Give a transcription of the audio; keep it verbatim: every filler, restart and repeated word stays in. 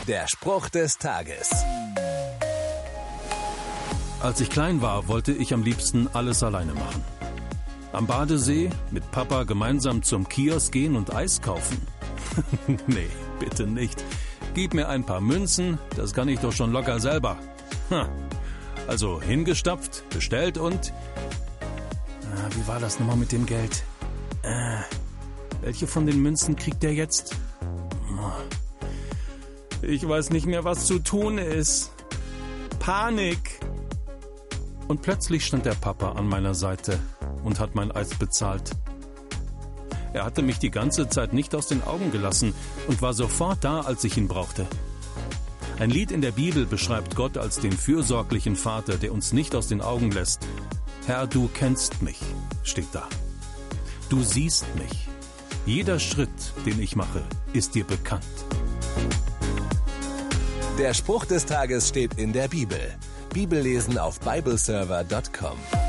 Der Spruch des Tages. Als ich klein war, wollte ich am liebsten alles alleine machen. Am Badesee mit Papa gemeinsam zum Kiosk gehen und Eis kaufen. Nee, bitte nicht. Gib mir ein paar Münzen, das kann ich doch schon locker selber. Ha. Also hingestapft, bestellt und... Ah, wie war das nochmal mit dem Geld? Äh, welche von den Münzen kriegt der jetzt? Ich weiß nicht mehr, was zu tun ist. Panik! Und plötzlich stand der Papa an meiner Seite und hat mein Eis bezahlt. Er hatte mich die ganze Zeit nicht aus den Augen gelassen und war sofort da, als ich ihn brauchte. Ein Lied in der Bibel beschreibt Gott als den fürsorglichen Vater, der uns nicht aus den Augen lässt. Herr, du kennst mich, steht da. Du siehst mich. Jeder Schritt, den ich mache, ist dir bekannt. Der Spruch des Tages steht in der Bibel. Bibellesen auf bibleserver punkt com.